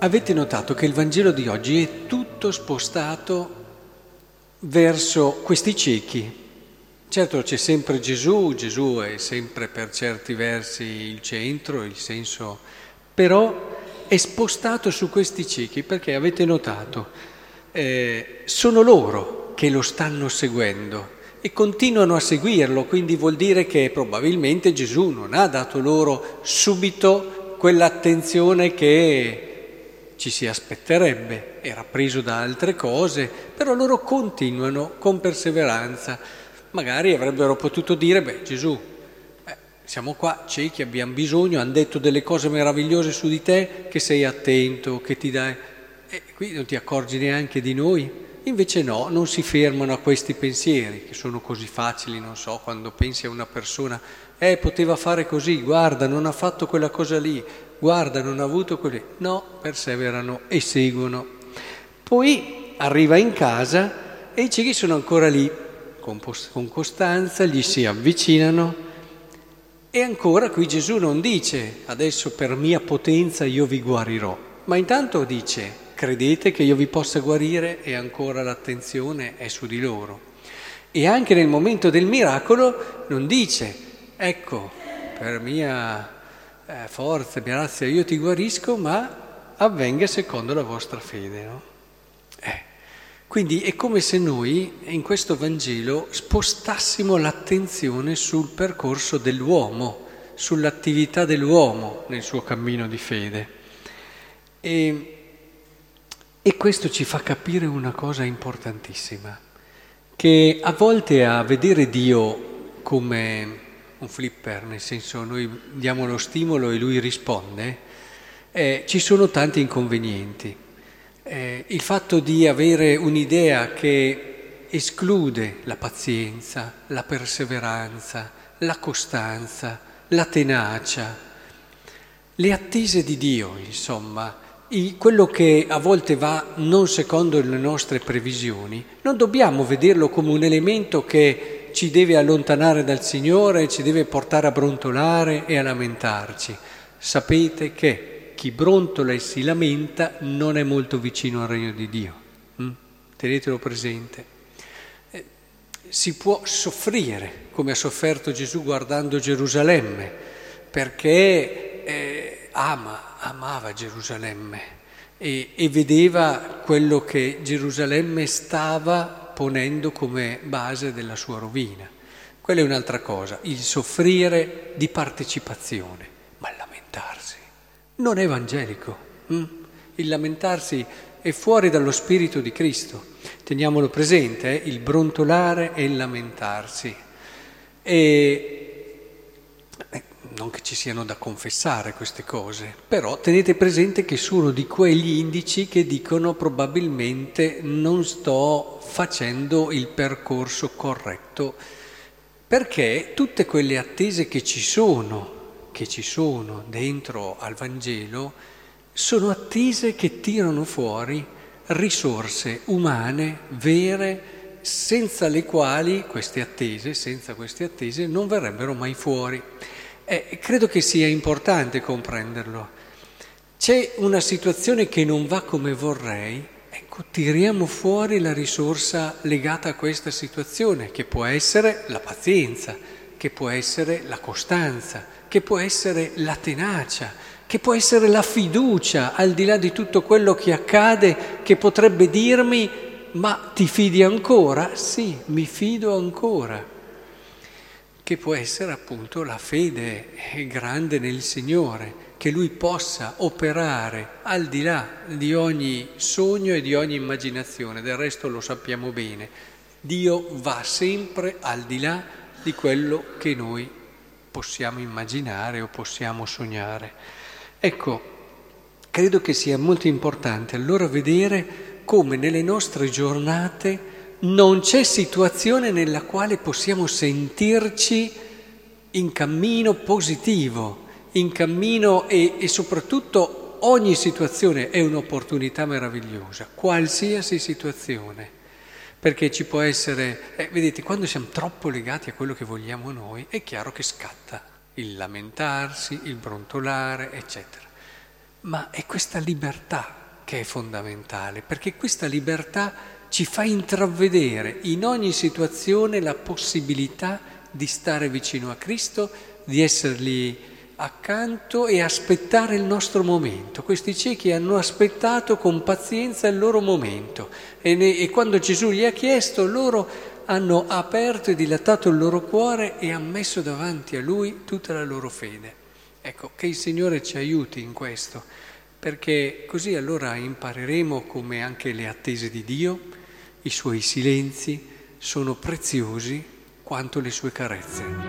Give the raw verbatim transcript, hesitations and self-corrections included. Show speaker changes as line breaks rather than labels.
Avete notato che il Vangelo di oggi è tutto spostato verso questi ciechi? Certo, c'è sempre Gesù, Gesù è sempre per certi versi il centro, il senso, però è spostato su questi ciechi perché avete notato, eh, sono loro che lo stanno seguendo e continuano a seguirlo, quindi vuol dire che probabilmente Gesù non ha dato loro subito quell'attenzione che ci si aspetterebbe, era preso da altre cose, però loro continuano con perseveranza. Magari avrebbero potuto dire, beh Gesù, eh, siamo qua ciechi, abbiamo bisogno, hanno detto delle cose meravigliose su di te, che sei attento, che ti dai, e qui non ti accorgi neanche di noi. Invece no, non si fermano a questi pensieri, che sono così facili, non so, quando pensi a una persona, eh poteva fare così, guarda, non ha fatto quella cosa lì, guarda, non ha avuto quelli. No, perseverano e seguono. Poi arriva in casa e i ciechi sono ancora lì, con, post- con costanza, gli si avvicinano e ancora qui Gesù non dice adesso per mia potenza io vi guarirò, ma intanto dice credete che io vi possa guarire e ancora l'attenzione è su di loro. E anche nel momento del miracolo non dice ecco per mia eh, forza, grazia io ti guarisco, ma avvenga secondo la vostra fede, no? Eh. Quindi è come se noi in questo Vangelo spostassimo l'attenzione sul percorso dell'uomo, sull'attività dell'uomo nel suo cammino di fede. E, e questo ci fa capire una cosa importantissima, che a volte a vedere Dio come un flipper, nel senso noi diamo lo stimolo e lui risponde, eh, ci sono tanti inconvenienti. Eh, il fatto di avere un'idea che esclude la pazienza, la perseveranza, la costanza, la tenacia, le attese di Dio, insomma, il, quello che a volte va non secondo le nostre previsioni, non dobbiamo vederlo come un elemento che ci deve allontanare dal Signore, ci deve portare a brontolare e a lamentarci. Sapete che chi brontola e si lamenta non è molto vicino al regno di Dio. Mm? Tenetelo presente. Eh, si può soffrire, come ha sofferto Gesù guardando Gerusalemme, perché eh, ama, amava Gerusalemme e, e vedeva quello che Gerusalemme stava ponendo come base della sua rovina. Quella è un'altra cosa, il soffrire di partecipazione, ma il lamentarsi non è evangelico. Hm? Il lamentarsi è fuori dallo spirito di Cristo. Teniamolo presente, eh? Il brontolare e il lamentarsi. E eh, non che ci siano da confessare queste cose, però tenete presente che sono di quegli indici che dicono probabilmente non sto facendo il percorso corretto, perché tutte quelle attese che ci sono che ci sono dentro al Vangelo, sono attese che tirano fuori risorse umane, vere, senza le quali queste attese, senza queste attese, non verrebbero mai fuori. Eh, credo che sia importante comprenderlo. C'è una situazione che non va come vorrei, ecco, tiriamo fuori la risorsa legata a questa situazione, che può essere la pazienza, che può essere la costanza, che può essere la tenacia, che può essere la fiducia, al di là di tutto quello che accade, che potrebbe dirmi, ma ti fidi ancora? Sì, mi fido ancora. Che può essere appunto la fede grande nel Signore, che Lui possa operare al di là di ogni sogno e di ogni immaginazione, del resto lo sappiamo bene. Dio va sempre al di là di quello che noi possiamo immaginare o possiamo sognare. Ecco, credo che sia molto importante allora vedere come nelle nostre giornate non c'è situazione nella quale possiamo sentirci in cammino positivo, in cammino e, e soprattutto ogni situazione è un'opportunità meravigliosa, qualsiasi situazione. Perché ci può essere, eh, vedete, quando siamo troppo legati a quello che vogliamo noi, è chiaro che scatta il lamentarsi, il brontolare, eccetera. ma è questa libertà che è fondamentale, perché questa libertà ci fa intravedere in ogni situazione la possibilità di stare vicino a Cristo, di essergli accanto e aspettare il nostro momento. Questi ciechi hanno aspettato con pazienza il loro momento e, ne, e quando Gesù gli ha chiesto, loro hanno aperto e dilatato il loro cuore e hanno messo davanti a Lui tutta la loro fede. Ecco, che il Signore ci aiuti in questo, perché così allora impareremo come anche le attese di Dio, i Suoi silenzi, sono preziosi quanto le Sue carezze.